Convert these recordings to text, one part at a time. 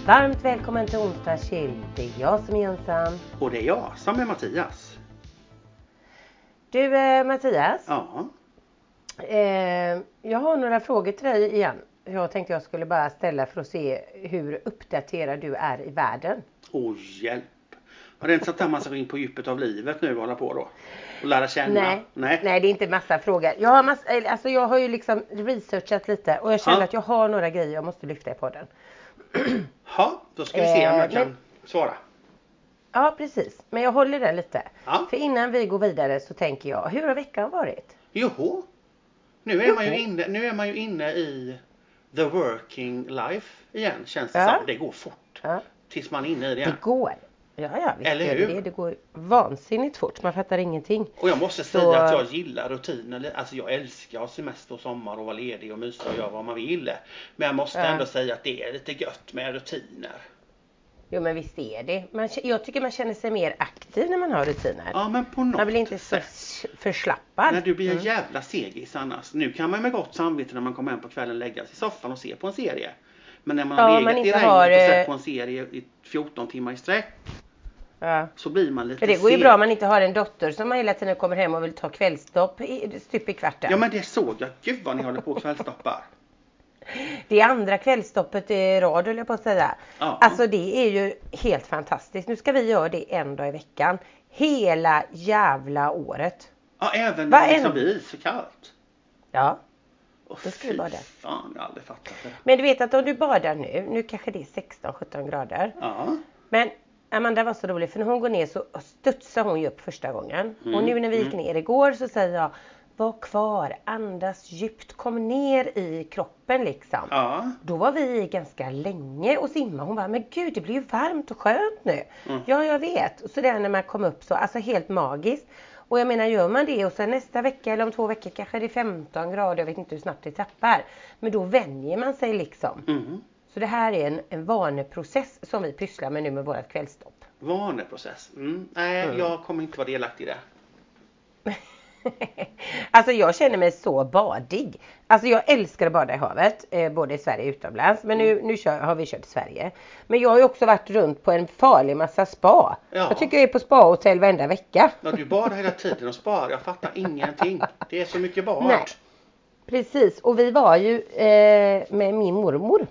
Varmt välkommen till onsdagskill. Det är jag som är Jönsson. Och det är jag som är Mattias. Du Mattias. Ja. Jag har några frågor till dig igen. Jag tänkte jag skulle bara ställa för att se hur uppdaterad du är i världen. Hjälp. Har det inte satt att man ska gå in på djupet av livet nu och hålla på då? Och lära känna? Nej, det är inte massa frågor. Jag har ju liksom researchat lite och jag känner att jag har några grejer jag måste lyfta i podden. Ja, då ska vi se om jag kan svara. Ja, precis. Men jag håller det lite. Ja. För innan vi går vidare så tänker jag, hur har veckan varit? Nu är man ju inne i the working life igen, känns det som. Det går fort. Ja. Tills man är inne i det igen. Det går. Ja, visst. Eller hur? Det går vansinnigt fort. Man fattar ingenting. Och jag måste säga att jag gillar rutiner. Alltså jag älskar att ha semester och sommar och vara ledig och mysa och göra vad man vill. Men jag måste ändå säga att det är lite gött med rutiner. Jo, men visst är det. Jag tycker man känner sig mer aktiv när man har rutiner. Ja, men på något man blir inte så förslappad. När du blir en jävla segis annars. Nu kan man med gott samvete när man kommer hem på kvällen lägga sig i soffan och se på en serie. Men när man har legat i regnet och sett på en serie i 14 timmar i sträck. Ja. Så blir man lite för det går ju bra om man inte har en dotter som hela tiden kommer hem och vill ta kvällstopp stup i kvarten. Ja, men det såg jag. Gud vad ni håller på kvällstoppar. Det är andra kvällstoppet i rad, höll jag på att säga. Ja. Alltså det är ju helt fantastiskt. Nu ska vi göra det en dag i veckan. Hela jävla året. Ja, även när det liksom blir så kallt. Ja. Det ska vi bada. Fan, jag har aldrig fattat det. Men du vet att om du badar nu kanske det är 16-17 grader. Ja. Men Amanda var så rolig, för när hon går ner så studsar hon ju upp första gången. Och nu när vi gick ner igår så säger jag, var kvar, andas djupt, kom ner i kroppen liksom. Ja. Då var vi ganska länge och simma. Hon bara, men gud det blir ju varmt och skönt nu. Ja, jag vet. Och så där när man kom upp så, alltså helt magiskt. Och jag menar, gör man det och sen nästa vecka eller om 2 veckor kanske det är 15 grader, jag vet inte hur snabbt det tappar. Men då vänjer man sig liksom. Så det här är en vaneprocess som vi pysslar med nu med vårat kvällstopp. Vaneprocess? Nej, jag kommer inte vara delaktig i det. Alltså jag känner mig så badig. Alltså jag älskar att bada i havet. Både i Sverige och utomlands. Men nu har vi kört i Sverige. Men jag har ju också varit runt på en farlig massa spa. Ja. Jag tycker jag är på spa-hotell varenda vecka. Ja, du badar hela tiden och sparar. Jag fattar ingenting. Det är så mycket bad. Nej, precis. Och vi var ju med min mormor.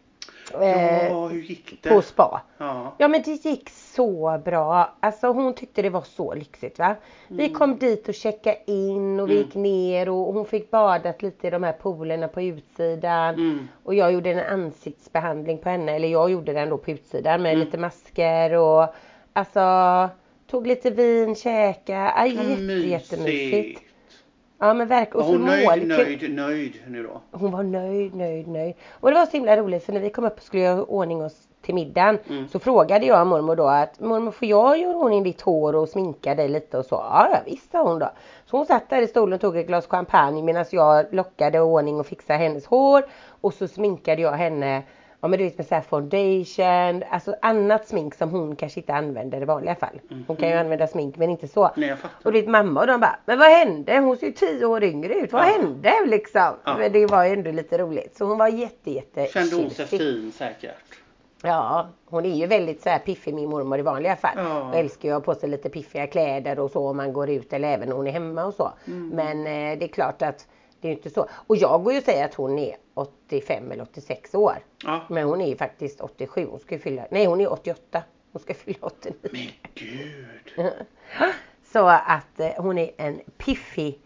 Hur gick det? På spa. Ja, men det gick så bra. Alltså hon tyckte det var så lyxigt, va? Vi kom dit och checkade in och vi gick ner och hon fick badat lite i de här poolerna på utsidan. Och jag gjorde en ansiktsbehandling på henne, eller jag gjorde den då på utsidan med lite masker och alltså tog lite vin, käka. Jättemysigt. Ja, men verkligen. Och hon nöjd nu då? Hon var nöjd. Och det var så himla roligt, för när vi kom upp och skulle göra ordning oss till middagen så frågade jag mormor då att, mormor, får jag göra ordning ditt hår och sminka dig lite och så? Ja, visst, sa hon då. Så hon satt där i stolen och tog ett glas champagne medan jag lockade ordning och fixade hennes hår. Och så sminkade jag henne, ja men du vet, med så här foundation, alltså annat smink som hon kanske inte använder i vanliga fall. Hon kan ju använda smink men inte så. Nej, jag fattar. Och ditt mamma och de bara, men vad hände? Hon ser ju 10 år yngre ut. Vad hände liksom? Ja. Men det var ju ändå lite roligt. Så hon var jätte Kände hon sig fin säkert? Ja, hon är ju väldigt så här piffig, min mormor, i vanliga fall. Ja. Och älskar ju att ha på sig lite piffiga kläder och så om man går ut eller även när hon är hemma och så. Men det är klart att det är inte så. Och jag går ju säga att hon är 85 eller 86 år. Ja. Men hon är ju faktiskt 87. Hon är 88. Hon ska fylla 89. Men gud. Så att hon är en piffig,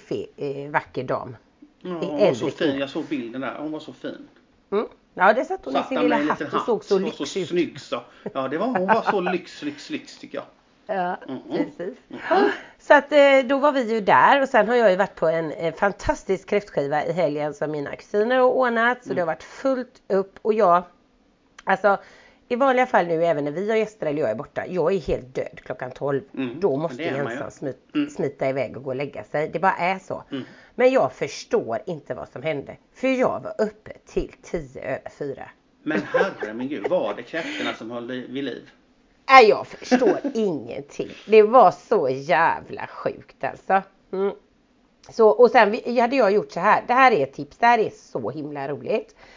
vacker dam. Ja, hon var så fin. Jag såg bilden där. Hon var så fin. Ja, det satt hon i sin lilla hatt och såg så lyxig ut. Snygg så. Ja, hon var så lyx tycker jag. Ja, precis. Så att då var vi ju där och sen har jag ju varit på en fantastisk kräftskiva i helgen som mina kusiner har ordnat. Så det har varit fullt upp och jag, alltså i vanliga fall nu även när vi har gäster eller jag är borta, jag är helt död klockan 12. Då måste Jensson smita iväg och gå och lägga sig. Det bara är så. Men jag förstår inte vad som hände. För jag var uppe till 4:10. Men herre min gud, var det kräftorna som höll vid liv? Nej, jag förstår ingenting. Det var så jävla sjukt alltså. Så, och sen hade jag gjort så här. Det här är ett tips. Det här är så himla roligt.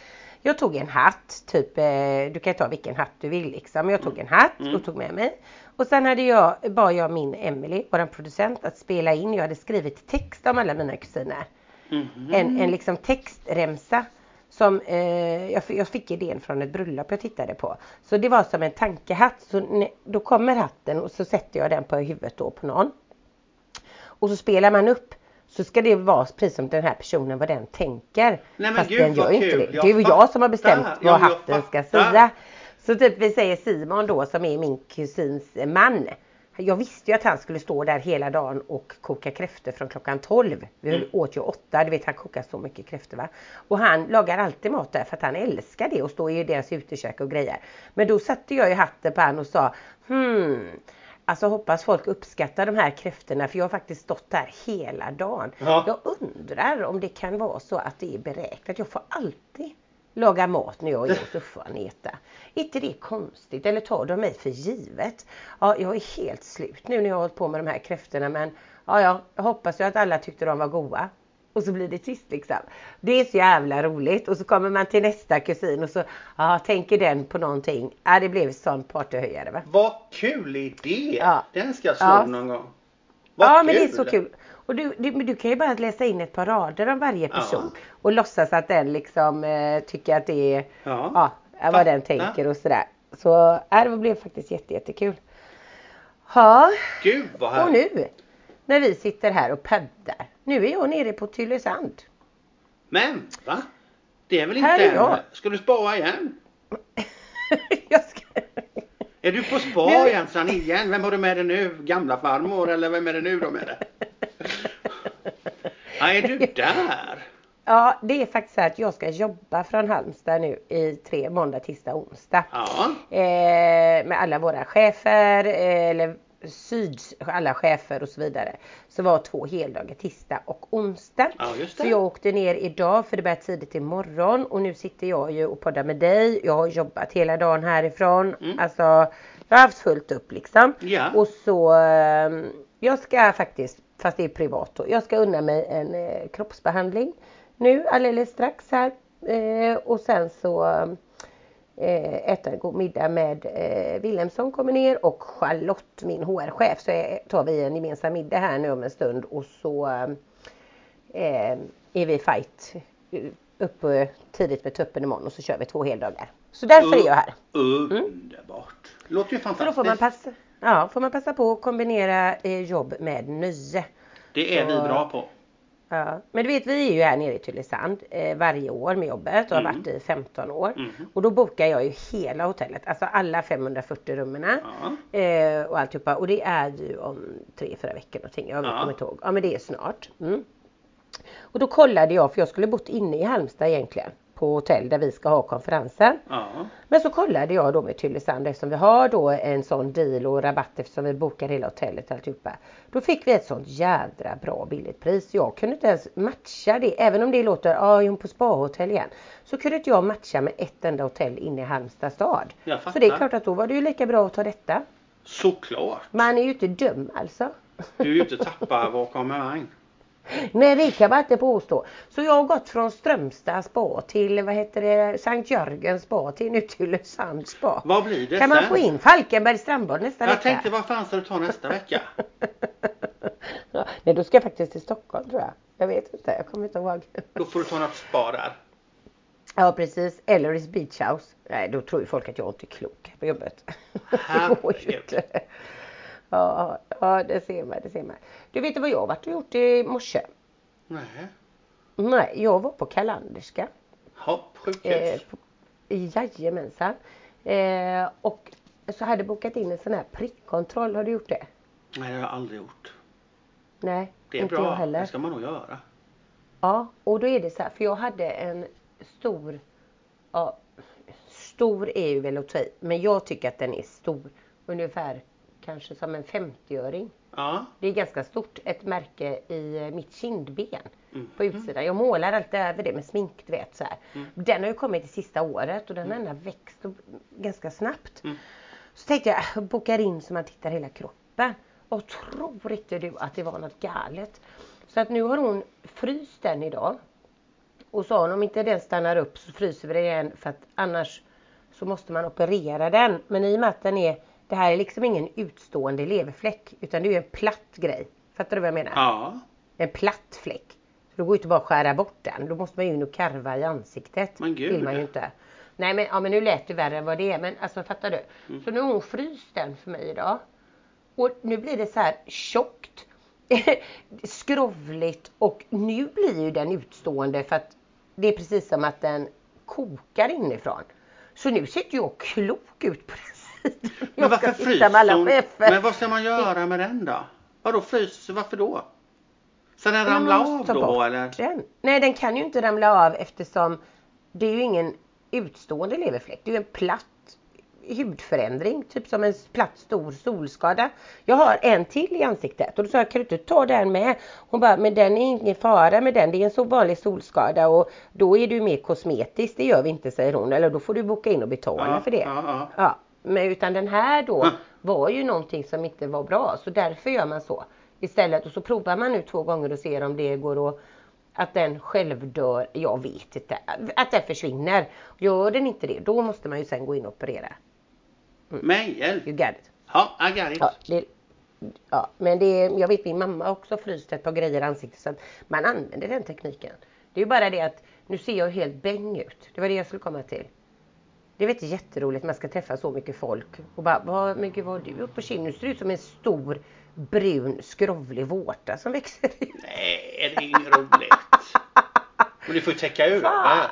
Jag tog en hatt, typ, du kan ta vilken hatt du vill liksom. Jag tog en hatt och tog med mig. Och sen bad jag min Emily, vår producent, att spela in. Jag hade skrivit text om alla mina kusiner. En liksom textremsa. Som jag fick idén från ett bröllop jag tittade på. Så det var som en tankehatt. Så då kommer hatten och så sätter jag den på huvudet då på någon. Och så spelar man upp. Så ska det vara precis som den här personen vad den tänker. Nej, men fast gud, den gör inte det. Det är ju jag som har bestämt vad hatten ska säga. Så typ vi säger Simon då som är min kusins man. Jag visste ju att han skulle stå där hela dagen och koka kräftor från klockan 12. Vi åt ju 8, du vet han kokar så mycket kräftor va. Och han lagar alltid mat där för att han älskar det och står i deras utekök och grejer. Men då satte jag ju hatten på han och sa alltså hoppas folk uppskattar de här kräftorna för jag har faktiskt stått där hela dagen. Ja. Jag undrar om det kan vara så att det är beräknat. Jag får alltid laga mat när jag är hos Uffe och Aneta. Inte det konstigt? Eller tar de mig för givet? Ja, jag är helt slut nu när jag har hållit på med de här kräftorna. Men jag hoppas ju att alla tyckte de var goda. Och så blir det tyst liksom. Det är så jävla roligt. Och så kommer man till nästa kusin och så tänker den på någonting. Det blev sån partyhöjare va? Vad kul idé! Ja. Den ska jag slå någon gång. Vad kul. Men det är så kul. Och du kan ju bara läsa in ett par rader om varje person. Och låtsas att den liksom tycker att det är vad den tänker och sådär. Så det blev faktiskt jättekul. Gud vad här. Och nu när vi sitter här och poddar. Nu är jag nere på Tylösand. Men va? Det är väl inte ska du spara igen? Jag ska... Är du på spar igen? Vem har du med dig nu? Gamla farmor eller vem är det nu då med det? Är du där? Ja, det är faktiskt så att jag ska jobba från Halmstad nu i 3 måndag, tisdag, onsdag. Ja. Med alla våra chefer, eller alla chefer och så vidare. Så var 2 heldagar, tisdag och onsdag. Ja, just det. Så jag åkte ner idag för det börjar tidigt imorgon. Och nu sitter jag ju och poddar med dig. Jag har jobbat hela dagen härifrån. Alltså, jag har haft fullt upp liksom. Ja. Och så, jag ska faktiskt, fast det är privat då, jag ska unna mig en kroppsbehandling nu alldeles strax här. Och sen så äta en god middag med Wilhelmsson kommer ner och Charlotte, min HR-chef. Så tar vi en gemensam middag här nu om en stund. Och så är vi fight uppe tidigt med tuppen imorgon och så kör vi 2 heldagar. Så därför är jag här. Underbart. Låter ju fantastiskt. Så då får man passa på att kombinera jobb med nöje. Det är vi bra på. Ja, men du vet vi är ju här nere i Tylösand varje år med jobbet och har varit i 15 år. Och då bokar jag ju hela hotellet, alltså alla 540 rummen och alltihopa. Och det är ju om 3-4 veckor någonting, jag kommer inte ihåg. Ja men det är snart. Och då kollade jag, för jag skulle bott inne i Halmstad egentligen. På hotell där vi ska ha konferensen. Men så kollade jag då med Tylösand eftersom vi har då en sån deal och rabatt eftersom vi bokar hela hotellet och alltihopa. Då fick vi ett sånt jädra bra billigt pris. Jag kunde inte ens matcha det. Även om det låter, på spahotell igen. Så kunde inte jag matcha med ett enda hotell inne i Halmstad stad. Så det är klart att då var det ju lika bra att ta detta. Såklart. Man är ju inte dum alltså. Du är ju inte tappa bakom vagn. Nej, det kan man inte påstå. Så jag har gått från Strömstad spa till, Sankt Jörgens spa till nu Tylösand spa. Vad blir det kan man få in Falkenbergs strandbad nästa vecka? Jag tänkte, vad fan ska du ta nästa vecka? Nej, då ska jag faktiskt till Stockholm tror jag. Jag vet inte, jag kommer inte ihåg. Då får du ta något spa där. Ja, precis. Elleris Beach House. Nej, då tror ju folk att jag inte är klok på jobbet. Ja, det ser man. Du vet vad jag har varit och gjort i morse? Nej, jag var på Kalanderska. Sjukhus. Jajamensan. Och så hade bokat in en sån här prickkontroll. Har du gjort det? Nej, det har jag aldrig gjort. Nej, det är inte bra. Jag heller. Det ska man nog göra. Ja, och då är det så här. För jag hade en stor är ju väl att ta i. Men jag tycker att den är stor. Ungefär kanske som en 50-öring. Ja. Det är ganska stort. Ett märke i mitt kindben på utsidan. Jag målar alltid över det med smink, du vet så här. Den har ju kommit det sista året och den har växt ganska snabbt. Så tänkte jag bokar in så man tittar hela kroppen. Och tror inte du att det var något galet? Så att nu har hon fryst den idag. Och sa hon, om inte den stannar upp så fryser vi den igen, för att annars så måste man operera den. Men i och med att det här är liksom ingen utstående leverfläck, utan det är ju en platt grej. Fattar du vad jag menar? Ja. En platt fläck. Så då går ju inte bara att skära bort den. Då måste man ju in och karva i ansiktet. Men gud. Vill man ju inte. Nej, men nu lät det värre än vad det är. Men alltså, fattar du? Så nu har hon fryst den för mig idag. Och nu blir det så här tjockt. Skrovligt. Och nu blir ju den utstående, för att det är precis som att den kokar inifrån. Så nu sitter jag klok ut på den sidan. Men varför fryser hon? Men vad ska man göra med den då? Vadå fryser? Varför då? Så den ramlar av då eller? Den. Nej, den kan ju inte ramla av, eftersom det är ju ingen utstående leverfläck. Det är ju en platt hudförändring. Typ som en platt stor solskada. Jag har en till i ansiktet. Och då sa jag, kan du inte ta den med? Hon bara, men den är ingen fara med den. Det är en så vanlig solskada. Och då är det ju mer kosmetiskt. Det gör vi inte, säger hon. Eller då får du boka in och betala för det. Ja. Men utan den här då var ju någonting som inte var bra. Så därför gör man så. Istället, och så provar man nu 2 gånger och ser om det går att den själv dör. Jag vet inte. Att den försvinner. Gör den inte det, då måste man ju sen gå in och operera. Men hjälp. You got it. Ja, I got it. Ja, men jag vet min mamma också fryst ett par grejer i ansiktet, så att man använder den tekniken. Det är ju bara det att nu ser jag helt bäng ut. Det var det jag skulle komma till. Det är inte jätteroligt, man ska träffa så mycket folk. Och bara, vad mycket var du upp på kinden? Nu ser ut som en stor brun skrovlig vårta som växer ut. Nej, det är inget roligt. Men du får ju täcka ur.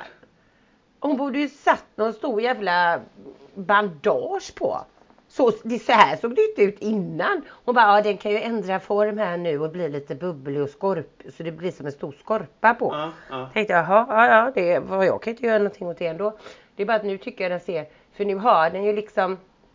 Hon borde ju satt någon stor jävla bandage på. Så här såg det inte ut innan. Hon bara, ja, den kan ju ändra form här nu och bli lite bubblig och skorp. Så det blir som en stor skorpa på. Tänkte jag, ja, det var jag kan inte göra någonting åt det ändå. Det är bara att nu tycker jag den ser, för nu har den ju liksom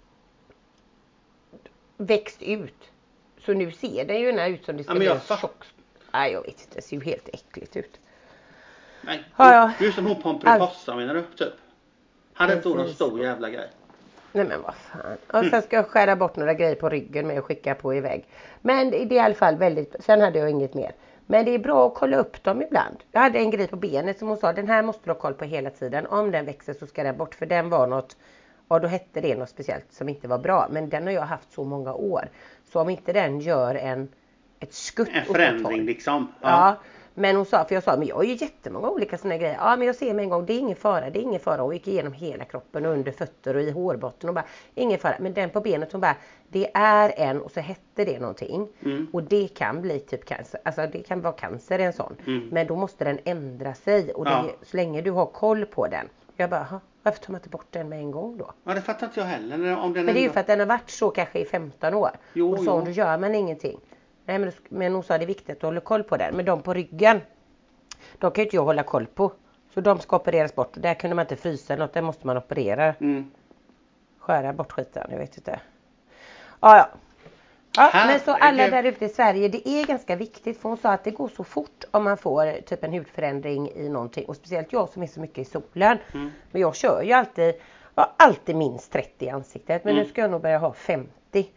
växt ut. Så nu ser den ju ut som det ska bli en tjock. Nej, jag vet inte, det ser ju helt äckligt ut. Nej, du är som hon Pomperipossa, menar du, typ? Hade inte någon stor jävla grej. Nej, men vad fan. Och sen ska jag skära bort några grejer på ryggen med och skicka på iväg. Men det är i alla fall väldigt, sen hade jag inget mer. Men det är bra att kolla upp dem ibland. Jag hade en grej på benet som hon sa, den här måste du ha koll på hela tiden. Om den växer så ska den bort, för den var något, och då hette det något speciellt som inte var bra. Men den har jag haft så många år. Så om inte den gör ett skutt. En förändring liksom. Ja. Men hon sa, för jag sa, men jag har ju jättemånga olika sådana grejer. Ja, men jag ser med en gång, det är ingen fara. Och gick igenom hela kroppen och under fötter och i hårbotten och bara, ingen fara. Men den på benet, hon bara, det är en, och så hette det någonting. Och det kan bli typ cancer. Alltså det kan vara cancer, en sån. Men då måste den ändra sig. Och så länge du har koll på den. Jag bara, varför tar man inte bort den med en gång då? Ja, det fattar inte jag heller. Om den men det är ju för att den har varit så kanske i 15 år. Och så då gör man ingenting. Nej, men hon sa det är viktigt att hålla koll på den. Men de på ryggen, de kan ju inte jag hålla koll på. Så de ska opereras bort. Och där kunde man inte frysa något, där måste man operera. Skära bort skiten, jag vet inte. Ja, men så alla där ute i Sverige, det är ganska viktigt. För hon sa att det går så fort om man får typ en hudförändring i någonting. Och speciellt jag som är så mycket i solen. Men jag kör ju alltid minst 30 i ansiktet. Men nu ska jag nog börja ha 50.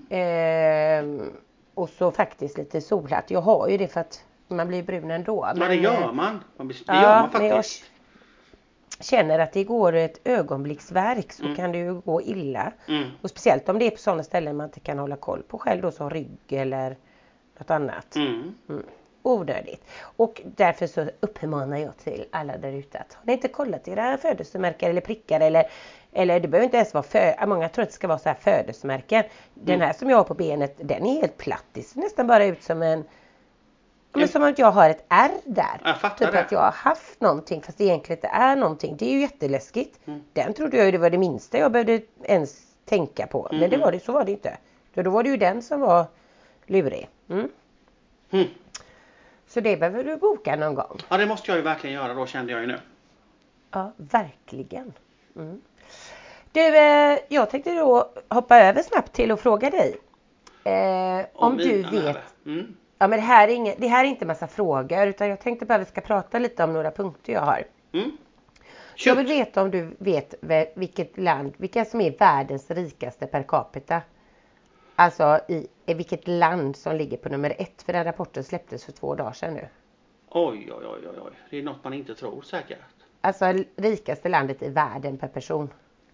Och så faktiskt lite solhatt. Jag har ju det för att man blir brun ändå. Men det gör man. Det gör man faktiskt. Men jag känner att det går ett ögonblicksverk, så kan det ju gå illa. Och speciellt om det är på sådana ställen man inte kan hålla koll på själv, då, som rygg eller något annat. Onödigt. Och därför så uppmanar jag till alla där ute att har ni inte kollat era födelsemärken eller prickar eller det behöver inte ens vara många tror att det ska vara så här födelsemärken. Den här som jag har på benet, den är helt platt. Det ser nästan bara ut som men som att jag har ett ärr där. Jag fattar typ det. att jag har haft någonting fast det egentligen inte är någonting. Det är ju jätteläskigt. Den trodde jag ju det var det minsta jag behövde ens tänka på. Men så var det inte. Då var det ju den som var lurig. Så det behöver du boka någon gång. Ja, det måste jag ju verkligen göra då, kände jag ju nu. Ja, verkligen. Du, jag tänkte då hoppa över snabbt till att fråga dig. Om du vet. Ja, men det här är inte massa frågor, utan jag tänkte bara att vi ska prata lite om några punkter jag har. Jag vill veta om du vet vilka som är världens rikaste per capita. Alltså i vilket land som ligger på nummer 1, för den rapporten släpptes för 2 dagar sedan nu. Oj. Det är något man inte tror säkert. Alltså rikaste landet i världen per person.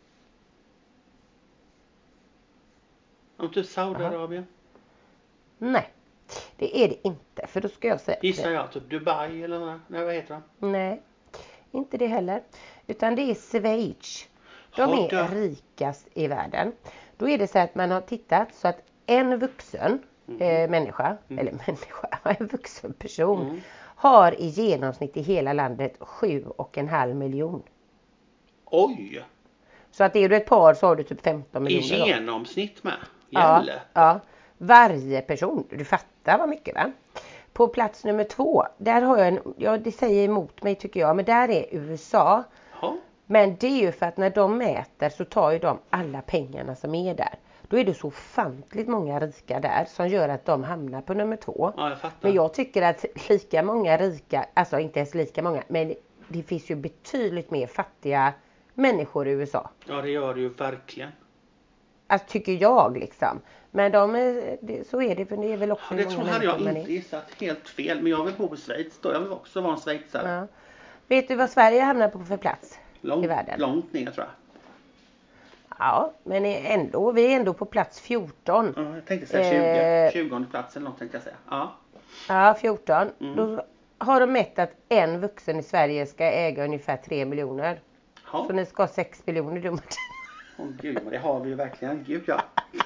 Om typ Saudiarabien? Nej, det är det inte. För då ska jag säga... Gissar jag, typ Dubai eller vad heter det? Nej, inte det heller. Utan det är Schweiz. De är rikast i världen. Då är det så att man har tittat så att en vuxen människa, en vuxen person har i genomsnitt i hela landet 7,5 miljoner. Oj! Så att är du ett par så har du typ 15 miljoner. I genomsnitt med? Gäller. Ja, varje person. Du fattar vad mycket, va? På plats nummer 2, där har jag det säger emot mig tycker jag, men där är USA. Men det är ju för att när de mäter så tar ju de alla pengarna som är där. Då är det så ofantligt många rika där som gör att de hamnar på nummer 2. Ja, jag fattar. Men jag tycker att lika många rika, alltså inte ens lika många, men det finns ju betydligt mer fattiga människor i USA. Ja, det gör det ju verkligen. Alltså tycker jag liksom. Men så är det, för det är väl också det tror jag inte gissat helt fel. Men jag vill bo i Schweiz då. Jag vill också vara en schweizare. Ja. Vet du vad Sverige hamnar på för plats i världen? Långt ner tror jag. Ja, men vi är ändå på plats 14. Ja, jag tänkte säga 20 plats eller något tänkte jag säga. Ja, 14. Då har de mätt att en vuxen i Sverige ska äga ungefär 3 miljoner. Ja. Så ni ska ha 6 miljoner dummar. Gud, men det har vi ju verkligen. Gud, ja.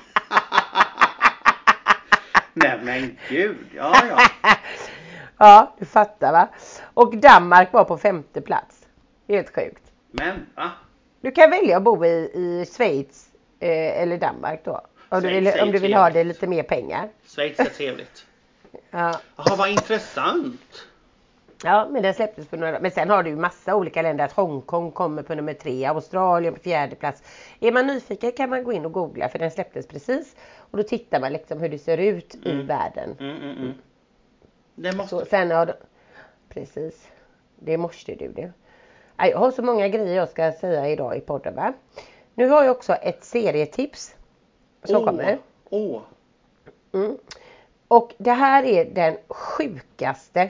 Nej, men gud. Ja. Ja, du fattar, va? Och Danmark var på 5:e plats. Helt sjukt. Men, va? Du kan välja att bo i Schweiz eller Danmark då. Om du vill ha det lite mer pengar. Schweiz är trevligt. Ja. Jaha, vad intressant. Ja, men det släpptes på några. Men sen har du ju massa olika länder. Att Hongkong kommer på nummer 3. Australien på 4:e plats. Är man nyfiken kan man gå in och googla. För den släpptes precis. Och då tittar man liksom hur det ser ut i världen. Det måste så, sen har du... Precis. Det måste du det. Jag har så många grejer jag ska säga idag i podden, va? Nu har jag också ett serietips. Som kommer. Och det här är den sjukaste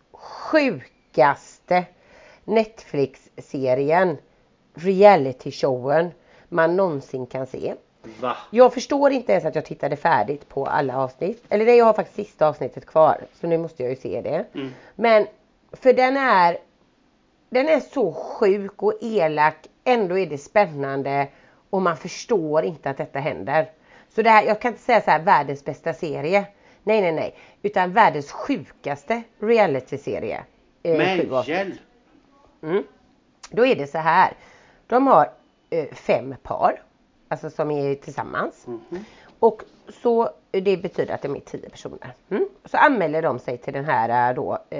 Netflix-serien, reality-showen man någonsin kan se. Va? Jag förstår inte ens att jag tittade färdigt på alla avsnitt. Eller jag har faktiskt sista avsnittet kvar, så nu måste jag ju se det. Men för den är så sjuk och elak, ändå är det spännande och man förstår inte att detta händer. Så det här, jag kan inte säga så här världens bästa serie. Nej. Utan världens sjukaste reality-serie. Men hjälp! Då är det så här. De har 5 par. Alltså som är tillsammans. Och så det betyder att de är 10 personer. Så anmäler de sig till den här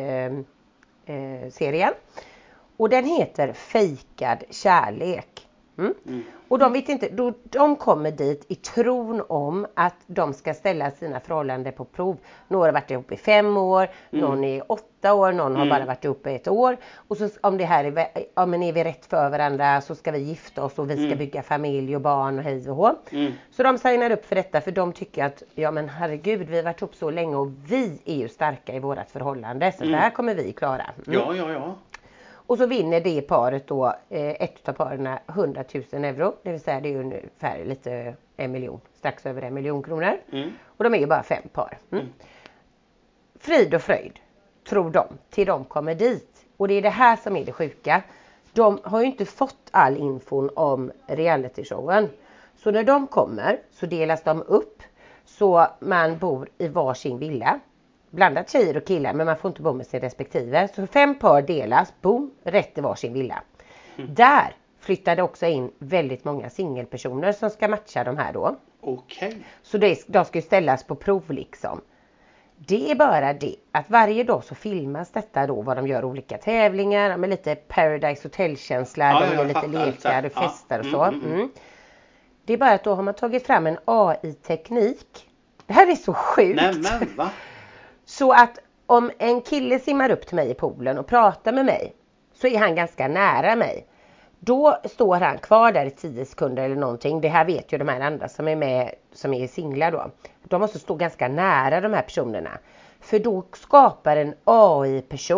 serien. Och den heter Fejkad kärlek. Och de vet inte, de kommer dit i tron om att de ska ställa sina förhållanden på prov. Några har varit ihop i 5 år, någon är 8 år, någon har bara varit ihop i 1 år. Och så om det här är vi rätt för varandra så ska vi gifta oss och vi ska bygga familj och barn och hej och hå. Så de signar upp för detta för de tycker att, ja men herregud, vi har varit ihop så länge och vi är ju starka i vårat förhållande. Så det här kommer vi klara. Ja. Och så vinner det paret då, ett av paren 100 000 euro. Det vill säga det är ungefär lite 1 miljon, strax över 1 miljon kronor. Och de är ju bara 5 par. Frid och fröjd, tror de, till de kommer dit. Och det är det här som är det sjuka. De har ju inte fått all infon om reality-showen. Så när de kommer så delas de upp så man bor i varsin villa. Blandat tjejer och killar, men man får inte bo med sin respektive. Så 5 par delas, boom, rätt i varsin villa. Där flyttade också in väldigt många singelpersoner som ska matcha de här då. Okej. Så de ska ju ställas på prov liksom. Det är bara det att varje dag så filmas detta då vad de gör olika tävlingar med lite Paradise Hotel-känsla. De gör lite lekar och festar och så. Det är bara att då har man tagit fram en AI-teknik. Det här är så sjukt. Nämen, va? Så att om en kille simmar upp till mig i poolen och pratar med mig så är han ganska nära mig. Då står han kvar där i 10 sekunder eller någonting. Det här vet ju de här andra som är med, som är singlar då. De måste stå ganska nära de här personerna. För då skapar en AI-person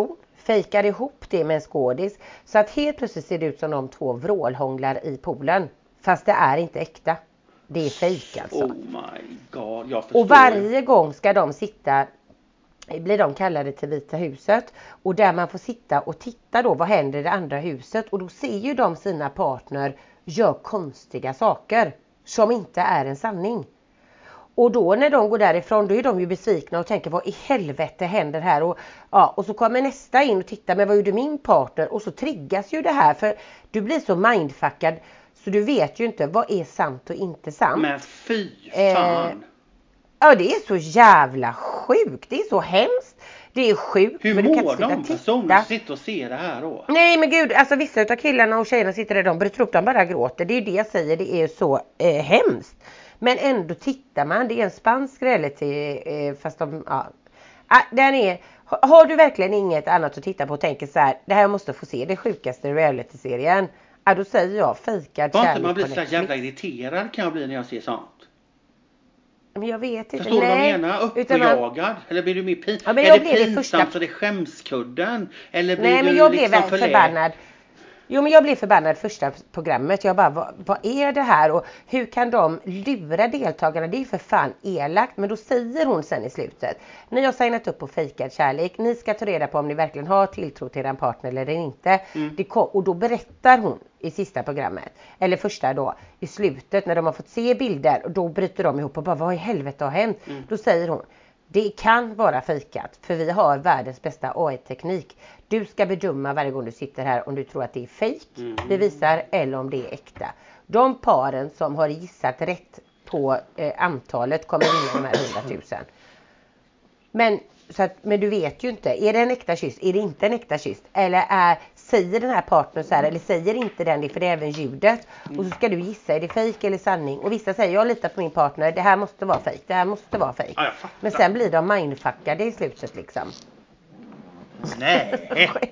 fejkar ihop det med en skådis. Så att helt plötsligt ser det ut som de 2 vrålhånglar i poolen. Fast det är inte äkta. Det är fejk alltså. Oh my god, jag förstår. Och varje gång ska de sitta, blir de kallade till Vita huset. Och där man får sitta och titta då, vad händer i det andra huset. Och då ser ju de sina partner gör konstiga saker som inte är en sanning. Och då när de går därifrån, då är de ju besvikna och tänker, vad i helvete händer här? Och så kommer nästa in och tittar, men vad gjorde min partner? Och så triggas ju det här, för du blir så mindfuckad. Så du vet ju inte, vad är sant och inte sant. Men fy fan. Ja, det är så jävla sjukt. Det är så hemskt. Det är sjukt. Hur men du kan mår inte de personer som sitter och ser det här då? Nej men gud, alltså vissa av killarna och tjejerna sitter där, de bryter upp, de bara gråter. Det är ju det jag säger, det är så hemskt. Men ändå tittar man, det är en spansk reality, fast de, ja. Den är, har du verkligen inget annat att titta på och tänker så här, det här måste få se, det sjukaste reality-serien. Då säger jag fejkad kärlek. Man blir så jävla irriterad kan jag bli när jag ser sånt. Men jag vet inte. Förstår du vad jag menar? Uppjagad? Eller blir du mer pinsamt? Är det pinsamt så det är skämskudden? Eller blir nej, men du jag liksom blev förbannad. Jo, men jag blev förbannad första programmet. Jag bara, vad är det här? Och hur kan de lura deltagarna? Det är ju för fan elakt. Men då säger hon sen i slutet. Ni har signat upp på fejkad kärlek. Ni ska ta reda på om ni verkligen har tilltro till er partner eller inte. Och då berättar hon i sista programmet. Eller första då. I slutet när de har fått se bilder. Och då bryter de ihop och bara, vad i helvete har hänt? Då säger hon. Det kan vara fejkat, för vi har världens bästa AI-teknik. Du ska bedöma varje gång du sitter här om du tror att det är fejk, bevisar, eller om det är äkta. De paren som har gissat rätt på antalet kommer vinna de här 100 000. Men du vet ju inte, är det en äkta kyss, är det inte en äkta kyss? Eller säger den här partnern så här, eller säger inte den det, för det är även ljudet. Och så ska du gissa, är det fejk eller sanning? Och vissa säger, jag litar på min partner, det här måste vara fejk, det här måste vara fejk. Men sen blir de mindfuckade i slutet liksom. Nej.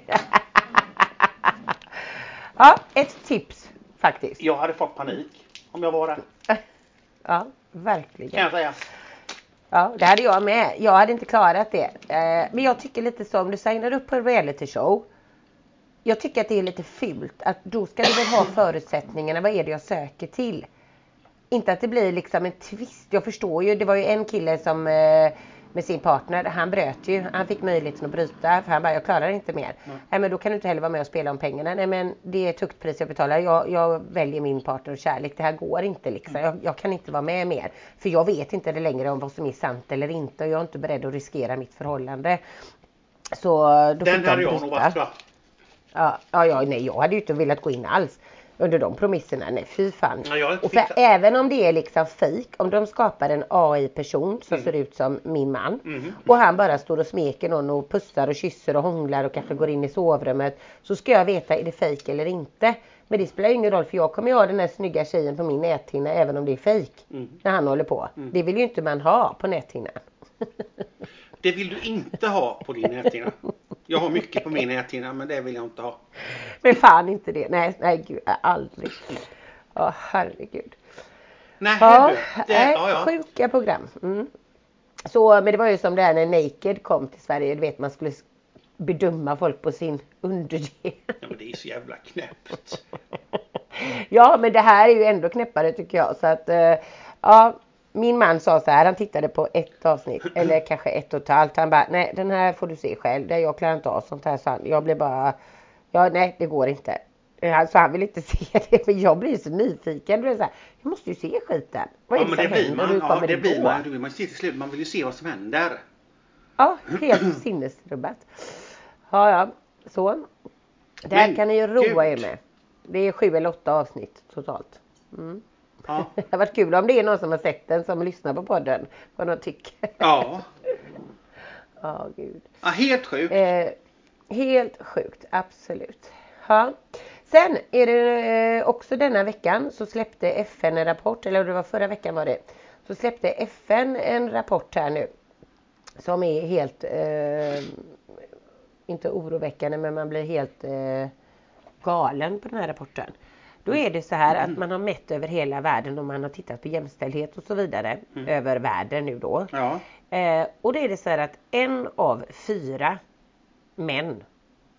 Ja, ett tips faktiskt. Jag hade fått panik om jag var där. Ja, verkligen. Kan jag säga. Ja, det hade jag med. Jag hade inte klarat det. Men jag tycker lite så, om du signar upp på en reality show. Jag tycker att det är lite fult. Att då ska du väl ha förutsättningarna. Vad är det jag söker till? Inte att det blir liksom en twist. Jag förstår ju. Det var ju en kille som med sin partner. Han bröt ju. Han fick möjligheten att bryta. För han bara, jag klarar inte mer. Nej, men då kan du inte heller vara med och spela om pengarna. Nej, men det är ett högt pris jag betalar. Jag väljer min partner och kärlek. Det här går inte liksom. Jag kan inte vara med mer. För jag vet inte det längre om vad som är sant eller inte. Och jag är inte beredd att riskera mitt förhållande. Så då den fick de hade jag nog varit bra. Nej, jag hade ju inte velat gå in alls under de promisserna. Nej, fy fan. Ja, och för även om det är liksom fake, om de skapar en AI-person som ser ut som min man och han bara står och smeker någon och pussar och kysser och hånglar och kanske går in i sovrummet, så ska jag veta, är det fake eller inte? Men det spelar ju ingen roll, för jag kommer ju ha den här snygga tjejen på min näthinna även om det är fake när han håller på. Det vill ju inte man ha på näthinnan. Det vill du inte ha på din näthinna. Jag har mycket på min näthinna, men det vill jag inte ha. Men fan inte det. Nej gud, aldrig. Herregud. Nej, sjuka program. Så, men det var ju som det här när Naked kom till Sverige. Du vet, man skulle bedöma folk på sin underdel. Ja, men det är så jävla knäppt. Ja, men det här är ju ändå knäppare tycker jag. Så att, ja... Min man sa så här, han tittade på ett avsnitt, eller kanske 1,5. Han bara, nej den här får du se själv. Jag klarar inte av sånt här. Så jag blev bara, nej det går inte. Så han vill inte se det, för jag blir så nyfiken. Jag måste ju se skiten. Vad är det som händer? Hur kommer det blir gå? Man. Du vill se till slut, man vill ju se vad som händer. Ja, helt sinnesrubbat. Ja, så. Det här kan ni ju roa er med. Det är 7 eller 8 avsnitt totalt. Ja. Det har varit kul om det är någon som har sett den, som lyssnar på podden, vad de tycker. Ja. Gud. Ja, helt sjukt. Helt sjukt, absolut. Ja. Sen är det också denna veckan så släppte FN en rapport, eller det var förra veckan var det. Så släppte FN en rapport här nu som är helt, inte oroväckande, men man blir helt galen på den här rapporten. Då är det så här att man har mätt över hela världen och man har tittat på jämställdhet och så vidare över världen nu då. Ja. Och det är det så här att 1 av 4 män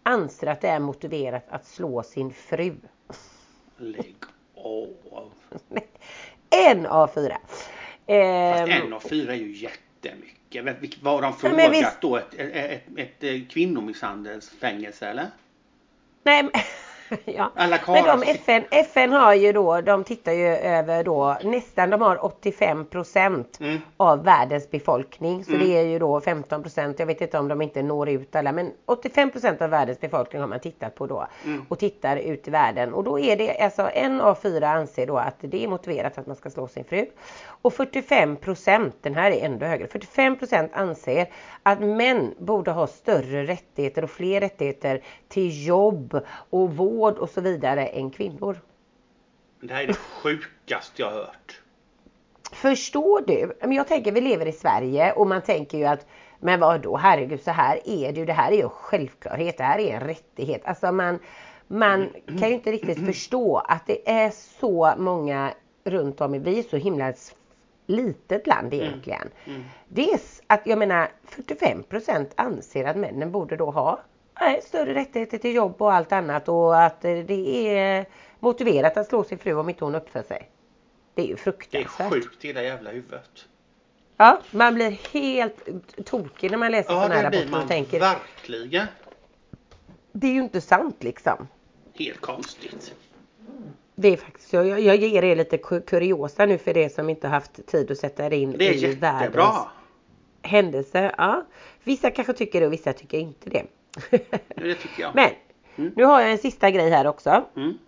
anser att det är motiverat att slå sin fru. Lägg av. 1 av 4. Fast 1 av 4 är ju jättemycket. Vad har de frågat då? Ett kvinnomisshandelsfängelse eller? Nej, ja. Men FN har ju då, de tittar ju över då nästan, de har 85% av världens befolkning. Så det är ju då 15%, jag vet inte om de inte når ut alla, men 85% av världens befolkning har man tittat på då. Och tittar ut i världen. Och då är det alltså 1 av 4 anser då att det är motiverat att man ska slå sin fru. Och 45%, den här är ändå högre, 45% anser att män borde ha större rättigheter och fler rättigheter till jobb och vård och så vidare än kvinnor. Det här är det sjukaste jag har hört. Förstår du? Men jag tänker, vi lever i Sverige och man tänker ju att, men vad då, herregud, så här är det ju, det här är ju självklarhet, det här är en rättighet. Alltså man kan ju inte riktigt förstå att det är så många runt om i, vi är så himla litet land egentligen. Det är att, jag menar, 45% anser att männen borde då ha större rättigheter till jobb och allt annat, och att det är motiverat att slå sin fru om inte hon uppför sig. Det är ju fruktansvärt. Det är sjukt i det jävla huvudet. Ja, man blir helt tokig när man läser sådana här rapporter och tänker. Verkligen. Det är ju inte sant liksom. Helt konstigt. Det är faktiskt, jag ger er lite kuriosa nu för det som inte haft tid att sätta er in i världens händelser. Ja. Vissa kanske tycker det och vissa tycker inte det. Det tycker jag. Men nu har jag en sista grej här också.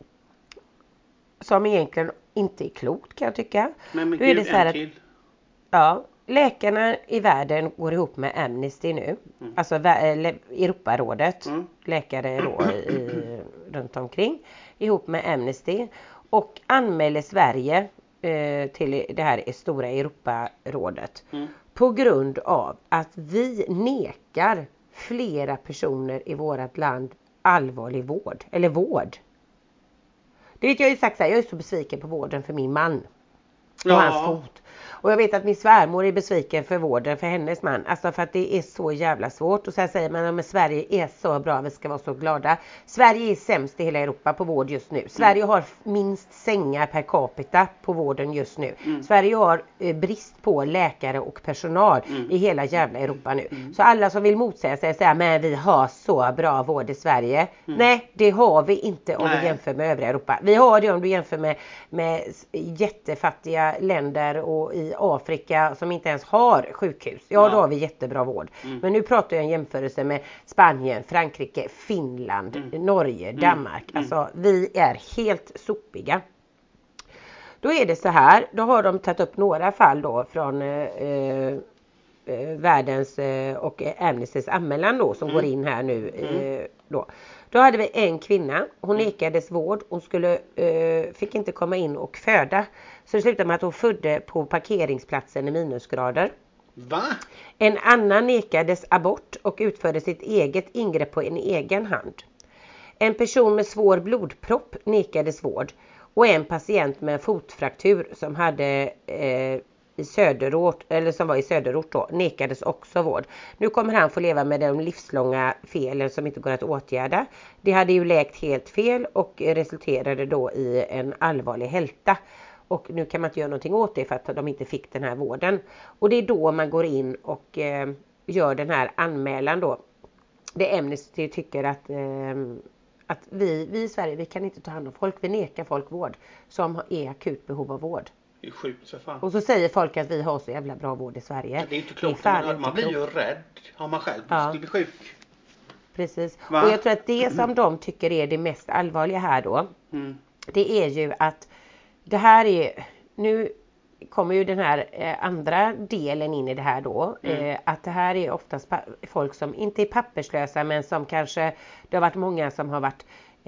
Som egentligen inte är klokt, kan jag tycka. Men nu är det så här att, ja, läkarna i världen går ihop med Amnesty nu. Alltså Europarådet. Läkare då runt omkring. Ihop med Amnesty. Och anmäler Sverige till det här stora Europarådet. På grund av att vi nekar flera personer i vårt land allvarlig vård. Eller vård. Det vet jag ju sagt så här, jag är så besviken på vården för min man. Och hans fot. Och jag vet att min svärmor är besviken för vården för hennes man. Alltså för att det är så jävla svårt. Och så här säger man att Sverige är så bra, vi ska vara så glada. Sverige är sämst i hela Europa på vård just nu. Sverige har minst sängar per capita på vården just nu. Sverige har brist på läkare och personal i hela jävla Europa nu. Så alla som vill motsäga sig säger, men vi har så bra vård i Sverige. Nej, det har vi inte om vi jämför med övriga Europa. Vi har det om du jämför med jättefattiga länder och i Afrika som inte ens har sjukhus. Ja, då har vi jättebra vård. Men nu pratar jag en jämförelse med Spanien, Frankrike, Finland, Norge, Danmark. Alltså, vi är helt sopiga. Då är det så här, då har de tagit upp några fall då från världens och Amnestys anmälan då som går in här nu då. Då hade vi en kvinna, hon nekades vård, hon fick inte komma in och föda. Så det slutade med att hon födde på parkeringsplatsen i minusgrader. Va? En annan nekades abort och utförde sitt eget ingrepp på en egen hand. En person med svår blodpropp nekades vård. Och en patient med fotfraktur som hade i söderort, eller som var i söderort då, nekades också vård. Nu kommer han få leva med de livslånga felen som inte går att åtgärda. Det hade ju läkt helt fel och resulterade då i en allvarlig hälta. Och nu kan man inte göra någonting åt det för att de inte fick den här vården. Och det är då man går in och gör den här anmälan då. Det Amnesty tycker att vi i Sverige, vi kan inte ta hand om folk. Vi nekar folk vård som är akut behov av vård. Det är sjukt så fan. Och så säger folk att vi har så jävla bra vård i Sverige. Ja, det är inte klokt. Man blir ju rädd. Har man själv blir sjuk. Precis. Va? Och jag tror att det som de tycker är det mest allvarliga här då. Det är ju att det här är, nu kommer ju den här andra delen in i det här då. Att det här är oftast folk som inte är papperslösa, men som kanske, det har varit många som har varit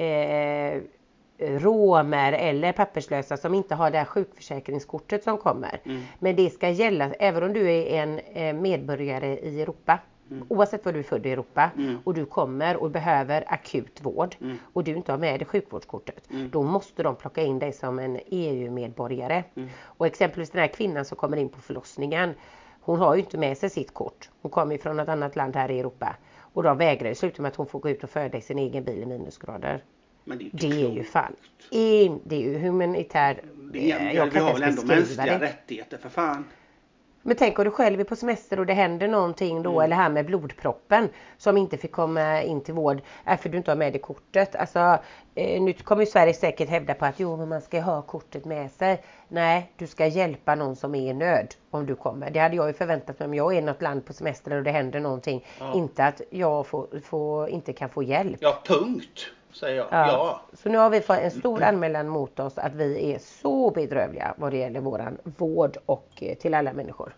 romer eller papperslösa som inte har det här sjukförsäkringskortet som kommer. Men det ska gälla även om du är en medborgare i Europa. Oavsett var du är född i Europa och du kommer och behöver akut vård och du inte har med dig sjukvårdskortet, då måste de plocka in dig som en EU-medborgare. Och exempelvis den här kvinnan som kommer in på förlossningen, Hon har ju inte med sig sitt kort. Hon kommer ju från ett annat land här i Europa. Och de vägrar ju sluta med att hon får gå ut och föda i sin egen bil i minusgrader. Men det är ju fan. Det är ju humanitär. Vi har väl ändå mänskliga rättigheter för fan. Men tänk om du själv är på semester och det händer någonting då. Eller här med blodproppen. Som inte fick komma in till vård. För du inte har med det kortet. Alltså nu kommer ju Sverige säkert hävda på att men man ska ha kortet med sig. Nej, du ska hjälpa någon som är i nöd om du kommer. Det hade jag ju förväntat mig om jag är i något land på semester och det händer någonting. Ja. Inte att jag inte kan få hjälp. Ja, punkt. Säger jag. Ja. Så nu har vi fått en stor anmälan mot oss att vi är så bedrövliga vad det gäller våran vård och till alla människor.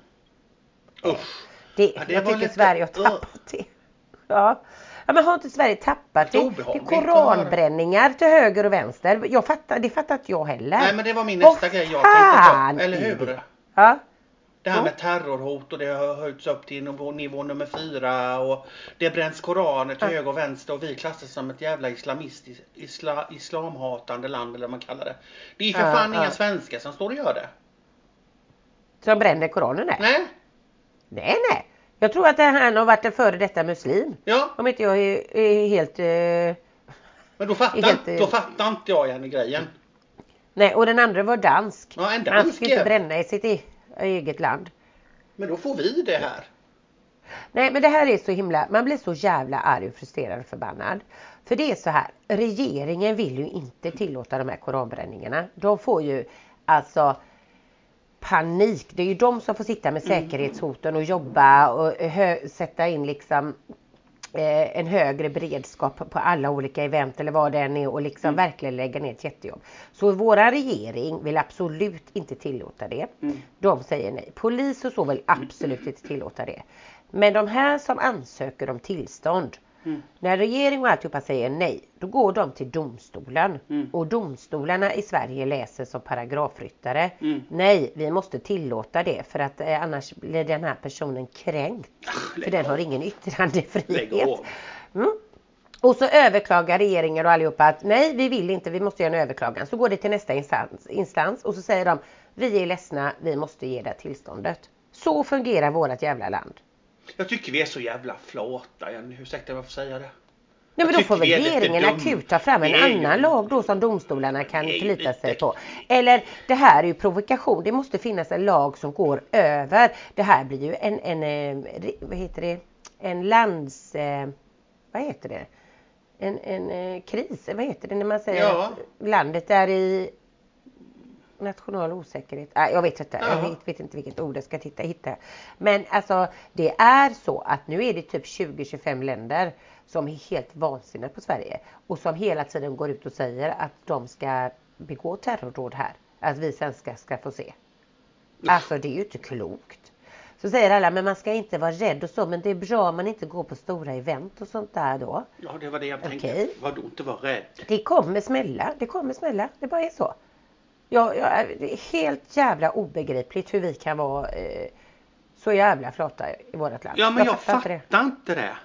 Jag tycker Sverige har tappat det. Ja, men har inte Sverige tappat det? Det är koranbränningar till höger och vänster. Det fattar inte jag heller. Nej, men det var min nästa grej jag tänkte ta. Eller hur? Ja. Det här med terrorhot och det har höjts upp till nivå nummer 4 och det bränns koraner till höger och vänster och vi klassas som ett jävla islamhatande land eller vad man kallar det. Det är ju för fan inga svenskar som står och gör det. Som bränner koranen? Nej. Jag tror att han har varit en före detta muslim. Ja. Om inte jag är helt... Men då fattar inte jag igen grejen. Nej, och den andra var dansk. Ja, en dansk. Han ska inte bränna i sitt eget land. Men då får vi det här. Nej, men det här är så himla... Man blir så jävla arg och frustrerad och förbannad. För det är så här. Regeringen vill ju inte tillåta de här koranbränningarna. De får ju alltså panik. Det är ju de som får sitta med säkerhetshoten och jobba och sätta in liksom en högre beredskap på alla olika event eller vad det än är och liksom verkligen lägga ner ett jättejobb. Så våra regering vill absolut inte tillåta det. De säger nej. Polis och så vill absolut inte tillåta det. Men de här som ansöker om tillstånd, när regering och alltihopa säger nej, då går de till domstolen. Och domstolarna i Sverige läser som paragrafryttare. Nej, vi måste tillåta det för att annars blir den här personen kränkt. För den har ingen yttrandefrihet. Och så överklagar regeringen och allihopa att nej, vi vill inte, vi måste göra en överklagan. Så går det till nästa instans och så säger de, vi är ledsna, vi måste ge det tillståndet. Så fungerar vårt jävla land. Jag tycker vi är så jävla flåta. Ursäkta varför säga det. Nej, men då får väl regeringen akut ta fram en annan lag då som domstolarna kan förlita sig på. Eller det här är ju provokation. Det måste finnas en lag som går över. Det här blir ju vad heter det? En lands... vad heter det? En kris. Vad heter det när man säger att landet är i nationell osäkerhet. Jag vet inte. Jag vet inte vilket ord jag ska hitta. Men alltså det är så att nu är det typ 20-25 länder som är helt vansinniga på Sverige. Och som hela tiden går ut och säger att de ska begå terrordåd här. Att vi svenskar ska få se. Alltså det är ju inte klokt. Så säger alla, men man ska inte vara rädd och så. Men det är bra om man inte går på stora event och sånt där då. Ja, det var det jag tänkte. Vadå inte vara rädd? Det kommer smälla. Det bara är så. Det är helt jävla obegripligt hur vi kan vara så jävla flata i vårt land. Ja, men jag fattar inte det.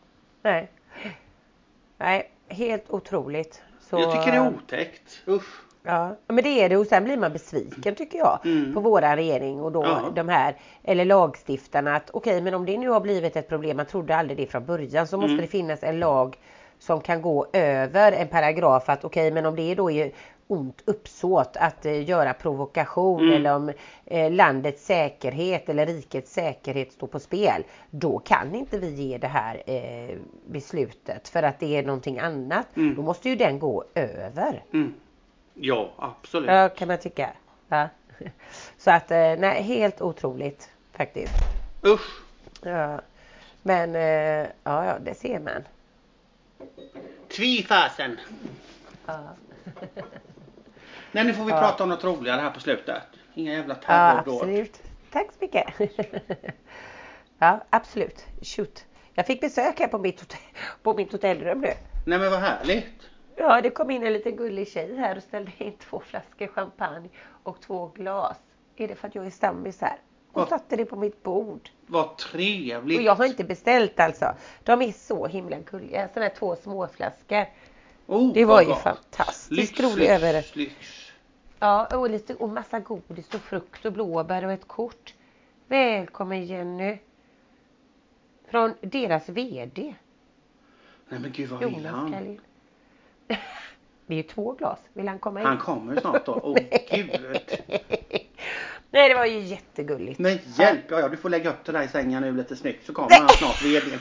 Nej, helt otroligt. Så, jag tycker det är otäckt. Usch. Ja, men det är det och sen blir man besviken tycker jag på våra regering och då de här eller lagstiftarna att okej, men om det nu har blivit ett problem, man trodde aldrig det från början, så måste det finnas en lag som kan gå över en paragraf att okej, men om det är då är ont uppsåt att göra provokation eller om landets säkerhet eller rikets säkerhet står på spel, då kan inte vi ge det här beslutet för att det är någonting annat. Då måste ju den gå över. Ja, absolut. Ja, kan man tycka. Ja. Så att, nej, helt otroligt faktiskt. Usch. Ja. Men, ja, det ser man. Tvifasen. Ja. Nej, nu får vi prata om något roligare här på slutet. Inga jävla terrordåd. Ja, absolut. Tack så mycket. Ja, absolut. Shoot. Jag fick besök här på mitt hotellrum nu. Nej, men vad härligt. Ja, det kom in en liten gullig tjej här och ställde in 2 flaskor champagne och 2 glas. Är det för att jag är stammis här? Hon satte det på mitt bord. Vad trevligt. Och jag har inte beställt alltså. De är så himla gulliga. Sådana här 2 små flaskor. Det var ju fantastiskt roligt över. Ja, och massa godis och frukt och blåbär och ett kort. Välkommen Jenny. Från deras vd. Nej men gud, vad vill han? Kalin. Det är ju 2 glas. Vill han komma in? Han kommer ju snart då. Åh gud. Nej, det var ju jättegulligt. Men hjälp, ja, du får lägga upp det där i sängen nu lite snyggt, så kommer han snart vdn.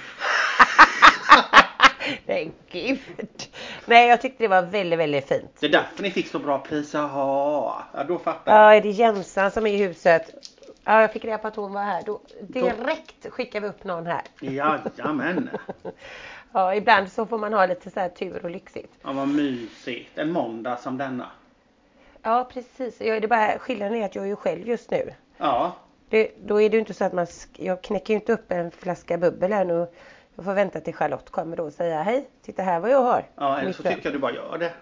Nej, gud. Nej, jag tyckte det var väldigt, väldigt fint. Det är därför ni fick så bra pris. Ja, då fattar jag. Ja, är det Jensan som är i huset? Ja, jag fick reda på att hon var här. Då direkt skickar vi upp någon här. Jajamän. Ja, ibland så får man ha lite så här tur och lyxigt. Ja, vad mysigt. En måndag som denna. Ja, precis. Det är bara skillnaden är att jag är ju själv just nu. Ja. Då är det ju inte så att jag knäcker ju inte upp en flaska bubbel här nu. Jag får vänta till Charlotte kommer då och säga hej, titta här vad jag har. Ja, eller så tycker jag du bara gör det.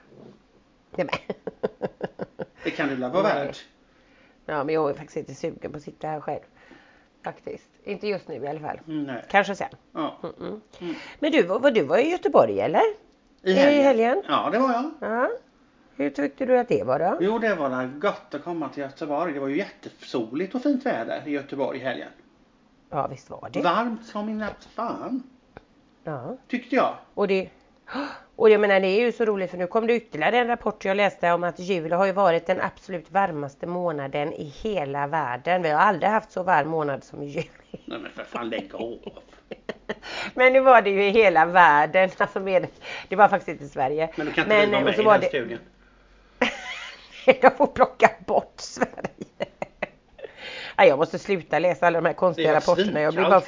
Det kan du väl vara värd. Ja, men jag är faktiskt inte sugen på att sitta här själv. Faktiskt. Inte just nu i alla fall. Nej. Kanske sen. Ja. Men du var i Göteborg eller? I helgen? Ja, det var jag. Ja. Hur tyckte du att det var då? Jo, det var gott att komma till Göteborg. Det var ju jättesoligt och fint väder i Göteborg i helgen. Ja, visst var det. Varmt som i fan. Ja. Tyckte jag. Och jag menar, det är ju så roligt för nu kom det ytterligare en rapport jag läste om att juli har ju varit den absolut varmaste månaden i hela världen. Vi har aldrig haft så varm månad som i juli. Nej men för fan, lägg av. Men nu var det ju i hela världen. Alltså det var faktiskt inte i Sverige. Men du kan inte vara med i den studien. Jag får plocka bort Sverige. Nej, jag måste sluta läsa alla de här konstiga rapporterna. Jag blir bara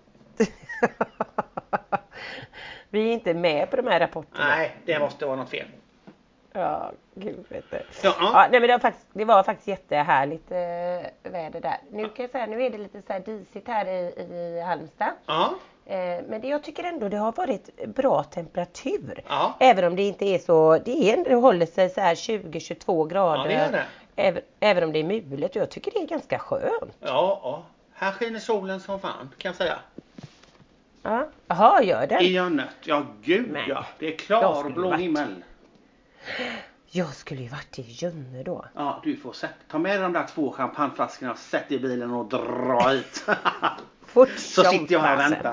Vi är inte med på de här rapporterna. Nej, det måste vara något fel. Ja, gud vet du. Ja, nej, men det var faktiskt jättehärligt väder där. Nu kan jag säga, nu är det lite så här disigt här i Halmstad. Ja. Men jag tycker ändå det har varit bra temperatur. Ja. Även om det inte är så, det håller sig så här 20-22 grader. Ja, det gör det. Även om det är mulet. Jag tycker det är ganska skönt. Ja. Här skiner solen som fan, kan jag säga. Ja, jaha, gör den? I Jönnet, ja gud ja. Det är klar blå himmel. Jag skulle ju varit i Jönne då. Ja, du får ta med de där 2 champagneflaskorna, sätt i bilen och dra hit. Fort så sitter jag här och väntar.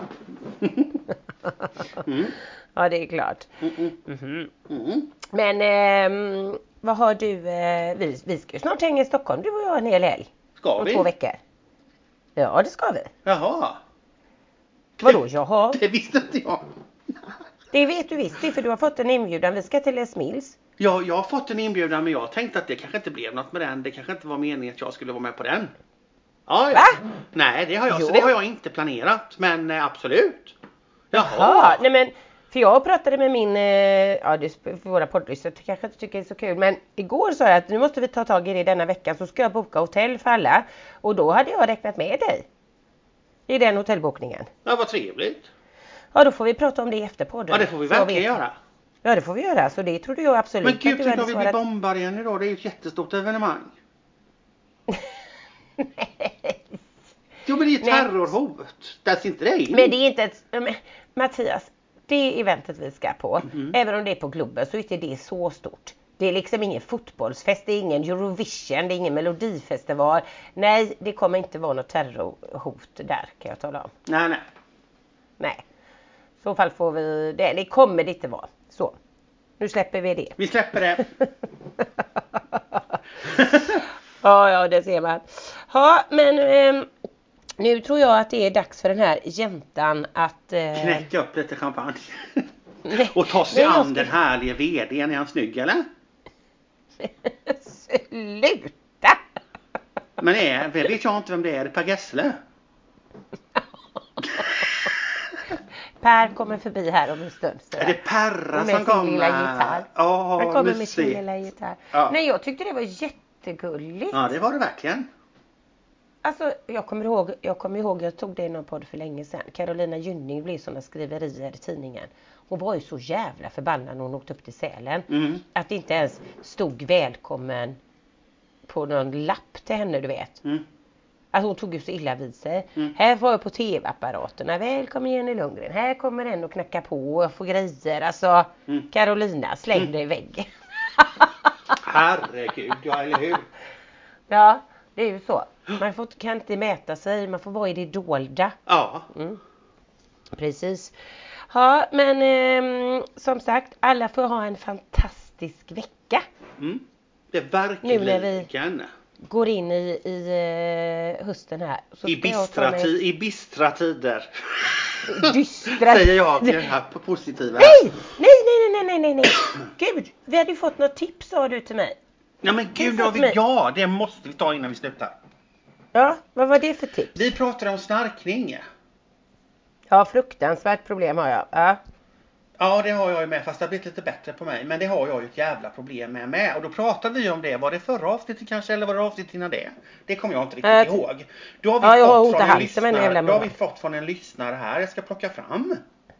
Ja, det är klart. Men vad har du? Vi ska ju snart hänga i Stockholm. Du och jag en hel helg. Ska vi? 2 veckor. Ja, det ska vi. Jaha. Vadå, jaha? Det visste inte jag. Det vet du visst, för du har fått en inbjudan. Vi ska till Les Mills. Ja, jag har fått en inbjudan, men jag tänkte att det kanske inte blev något med den. Det kanske inte var meningen att jag skulle vara med på den. Ja. Va? Nej, det har jag inte planerat, men absolut. Jaha, nej men, för jag pratade med min, för våra poddlyssnare kanske inte tycker det är så kul, men igår sa jag att nu måste vi ta tag i det denna veckan, så ska jag boka hotell för alla. Och då hade jag räknat med dig i den hotellbokningen. Ja, vad trevligt. Ja, då får vi prata om det efter podden. Ja, det får vi verkligen göra. Ja, det får vi göra. Så det trodde jag absolut. Men gud, tycker vi blir bombade igen idag. Det är ju ett jättestort evenemang. Nej. Jo, men det är terrorhot. Det är inte det. Men det är inte Mattias, det eventet vi ska på, även om det är på Globen, så är inte det så stort. Det är liksom ingen fotbollsfest, det är ingen Eurovision, det är ingen melodifestival. Nej, det kommer inte vara något terrorhot där, kan jag tala om. Nej. I så fall får vi det kommer det inte vara. Så, nu släpper vi det. Vi släpper det. Ja, det ser man. Ja, men nu tror jag att det är dags för den här jäntan att knäcka upp lite champagne. Och ta sig an den härliga vdn. Är han snygg, eller? Sluta! Men vet jag inte vem det är. Det är Per Gessle. Per kommer förbi här om en stund. Är det Perra som kommer? Lilla gitarr. Han kommer med sin lilla gitarr. Ja. Nej, jag tyckte det var jättegulligt. Ja, det var det verkligen. Alltså, jag kommer ihåg, jag tog det i någon podd för länge sedan. Carolina Gynning blev sådana skriverier i tidningen. Hon var ju så jävla förbannad när hon åkte upp till Sälen. Att det inte ens stod välkommen på någon lapp till henne, du vet. Alltså hon tog ju så illa vid sig. Här var jag på tv-apparaterna. Välkommen Jenny Lundgren. Här kommer den och knackar på och får grejer. Alltså, Carolina slängde i väggen. Herregud, ja, eller hur? Ja, Det är ju så. Man kan inte mäta sig, man får vara i det dolda. Ja. Precis. Ja, men som sagt, alla får ha en fantastisk vecka. Det är verkligen. Nu när vi går in i hösten här. Så I bistra tider. Dystra. Säger jag det här på positiva. Nej. Gud, vi hade ju fått något tips, sa du till mig. Ja men gud, det måste vi ta innan vi slutar. Ja, vad var det för tips? Vi pratade om snarkning. Ja, fruktansvärt problem har jag. Ja, det har jag ju med, fast det har blivit lite bättre på mig. Men det har jag ju ett jävla problem med. Och då pratade vi om det. Var det förra avsnittet kanske, eller var det avsnittet innan det? Det kommer jag inte riktigt ihåg. Då har vi fått från en lyssnare här. Jag ska plocka fram.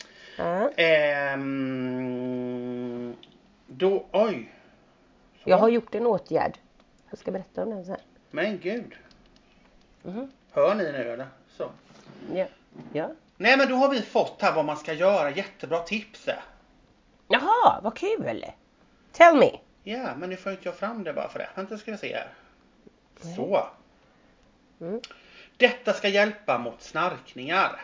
Oj. Så. Jag har gjort en åtgärd. Jag ska berätta om den sen. Men gud. Hör ni nu eller? Så. Ja. Nej, men då har vi fått här vad man ska göra. Jättebra tips. Jaha, vad kul. Tell me. Ja, men nu får inte jag fram det bara för det. Vänta, ska vi se här. Så. Detta ska hjälpa mot snarkningar.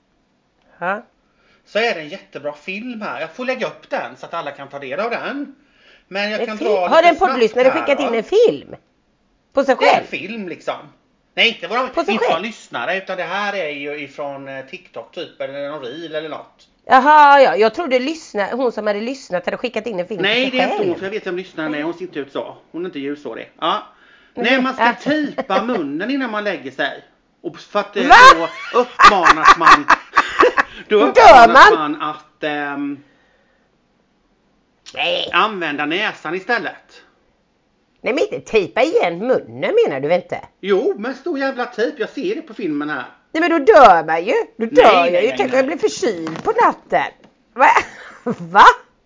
Så är det en jättebra film här. Jag får lägga upp den så att alla kan ta del av den. Men jag kan dra har den poddlyssnare skickat in en film? På sig själv? Det är en film liksom. Nej, inte från lyssnare, utan det här är ju ifrån TikTok typ, eller någon reel eller något. Jaha, ja. Jag trodde hon som hade lyssnat hade skickat in en film. Nej, det är inte hon, för jag vet vem lyssnaren är. Hon ser inte ut så. Hon är inte ljushårig. Ja. Nej, man ska tejpa munnen innan man lägger sig. Och för att då uppmanas man... Då uppmanas man att använda näsan istället. Nej, men inte tejpa igen munnen menar du inte? Jo, men stor jävla tejp. Jag ser det på filmen här. Nej, men då dör man ju. Då dör jag ju. Tänk att jag blir förkyld på natten. Va?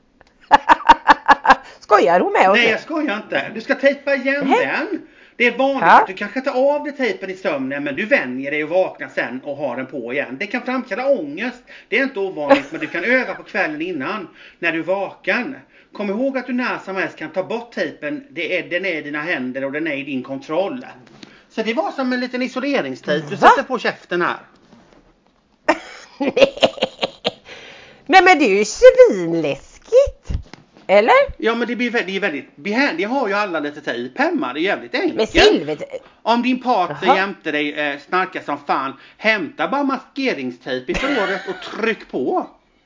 Skojar hon med oss? Nej, jag skojar inte. Du ska tejpa igen den. Det är vanligt att du kanske tar av dig tejpen i sömnen, men du vänjer dig och vaknar sen och har den på igen. Det kan framkalla ångest. Det är inte ovanligt, men du kan öva på kvällen innan när du är vaken. Kom ihåg att du när som helst kan ta bort tejpen. Den är i dina händer och den är i din kontroll. Så det var som en liten isoleringstejp. Du sätter på käften här. Nej, men det är ju svinläskigt. Eller? Ja, men det är väldigt behändigt. Jag har ju alla lite tejp hemma. Det är jävligt enkelt. Med silvertejp. Om din partner jämte dig snarkar som fan, hämta bara maskeringstejp i förrådet och tryck på.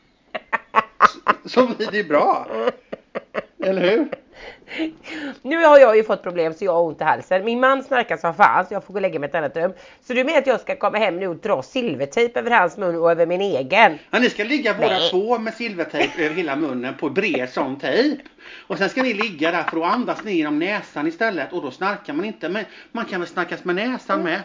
Så blir det bra. Eller hur? Nu har jag ju fått problem så jag har ont i halsen. Min man snarkar som fan så jag får gå och lägga mig i ett annat rum. Så du menar att jag ska komma hem nu och dra silvertejp över hans mun och över min egen? Ja, ni ska ligga båda två med silvertejp över hela munnen på bred sån tejp. Och sen ska ni ligga där för att andas ner genom näsan istället. Och då snarkar man inte. Men man kan väl snarkas med näsan med.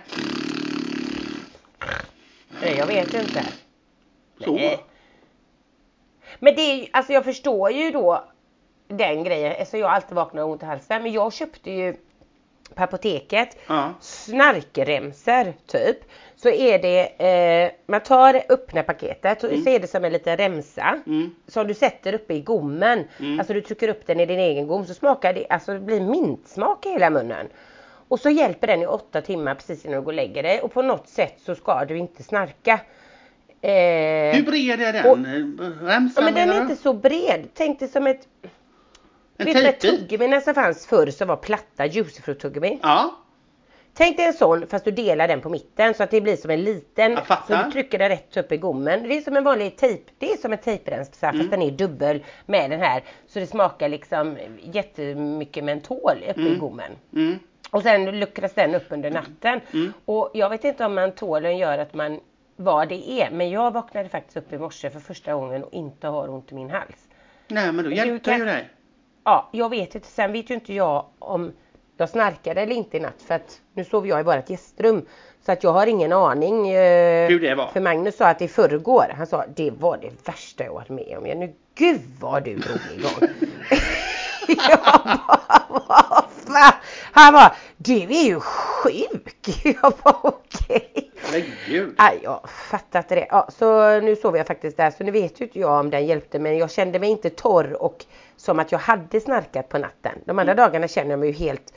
Nej, jag vet inte. Så. Nej. Men det är ju, alltså jag förstår ju då den grejen. Så jag har alltid vaknat och ont i halsen. Men jag köpte ju på apoteket snarkremser typ. Så är det, man tar öppna paketet och så är det som en liten remsa. Som du sätter uppe i gommen. Alltså du trycker upp den i din egen gom så smakar det, alltså det blir mintsmak i hela munnen. Och så hjälper den i 8 timmar precis innan du går och lägger dig. Och på något sätt så ska du inte snarka. Hur bred är den? Remsan, men den är inte så bred. Tänk dig som ett... Vet du tuggummin som fanns förr som var platta juicefrukt-tuggummin? Ja. Tänk dig en sån fast du delar den på mitten så att det blir som en liten. Jag fattar. Så du trycker den rätt upp i gommen. Det är som en vanlig tejp. Det är som en tejprens fast den är dubbel med den här. Så det smakar liksom jättemycket mentol uppe i gommen. Och sen luckras den upp under natten. Och jag vet inte om mentolen gör att man vad det är. Men jag vaknade faktiskt upp i morse för första gången och inte har ont i min hals. Nej, men då hjälpte ju dig. Ja, jag vet inte. Sen vet ju inte jag om jag snarkade eller inte i natt. För att nu sov jag i bara ett gästrum. Så att jag har ingen aning. Hur det var. För Magnus sa att det förrgår. Han sa det var det värsta jag varit med om. Nu gud vad du drog igång. Jag bara, han bara, du är ju sjuk. Jag bara, okej. Nej, jag fattar inte det. Ja, så nu sov jag faktiskt där. Så nu vet ju inte jag om den hjälpte. Men jag kände mig inte torr och som att jag hade snarkat på natten. De andra dagarna känner jag mig ju helt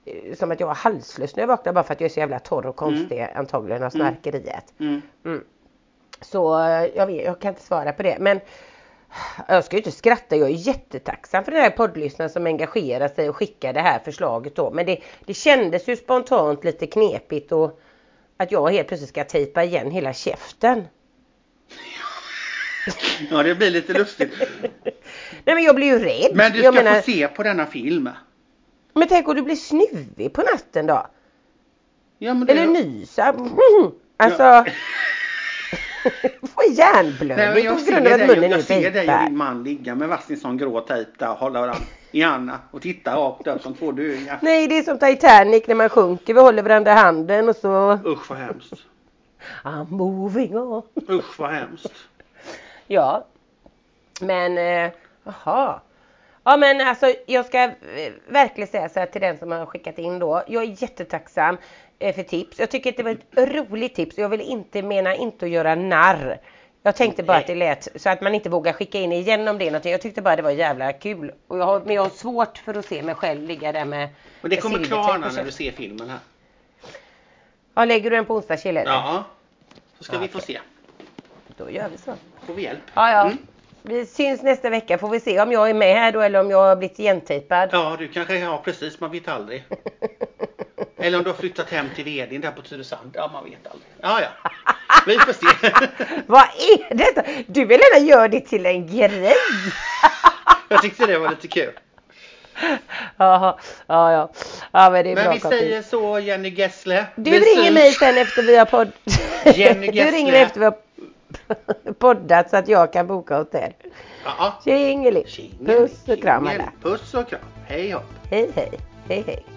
som att jag har halslös när jag vaknar bara för att jag är så jävla torr och konstig antagligen av snarkeriet. Så jag kan inte svara på det. Men jag ska ju inte skratta. Jag är jättetacksam för den här poddlyssnaren som engagerar sig och skickar det här förslaget då. Men det kändes ju spontant lite knepigt och att jag helt plötsligt ska tejpa igen hela käften. Ja, det blir lite lustigt. Nej, men jag blir ju rädd. Men du ska få se på denna film. Men tänk om du blir snuvig på natten då. Ja, men eller nysa. Alltså... Får hjärnblödning på grund av att munnen är tejpad. Jag ser dig och din man ligga med varsin sån grå tejp där och hålla varandra i Anna och titta rakt upp som två döingar. Nej, det är som Titanic när man sjunker. Vi håller varandra i handen och så... Usch vad hemskt. I'm moving on. Usch vad hemskt. Ja. Men, jaha. Ja, men alltså jag ska verkligen säga så här till den som har skickat in då. Jag är jättetacksam för tips. Jag tycker att det var ett roligt tips. Jag vill inte att göra narr. Jag tänkte bara att det lät så att man inte vågar skicka in igen om det är någonting. Jag tyckte bara det var jävla kul. Och men jag har svårt för att se mig själv ligga där med... Men det kommer klarna när du ser filmen här. Ja, lägger du en på onsdag, Kjell? Ja, så ska vi få se. Då gör vi så. Får vi hjälp. Ja. Vi syns nästa vecka. Får vi se om jag är med här då eller om jag har blivit igentejpad. Ja, du kanske har precis. Man vet aldrig. Eller om du har flyttat hem till vdn där på Tylösand. Ja, man vet aldrig. Ja. Vi får se. Vad är detta? Du vill gärna göra det till en grej. Jag tyckte det var lite kul. Ja, men det är men bra. Vi säger så, Jenny Gessle. Du ringer mig sen efter vi har Jenny Gessle. Du ringer efter vi har poddat så att jag kan boka hotell. Ja. Tjingeli. Puss och kram alla. Puss och kram. Hej hopp. Hej.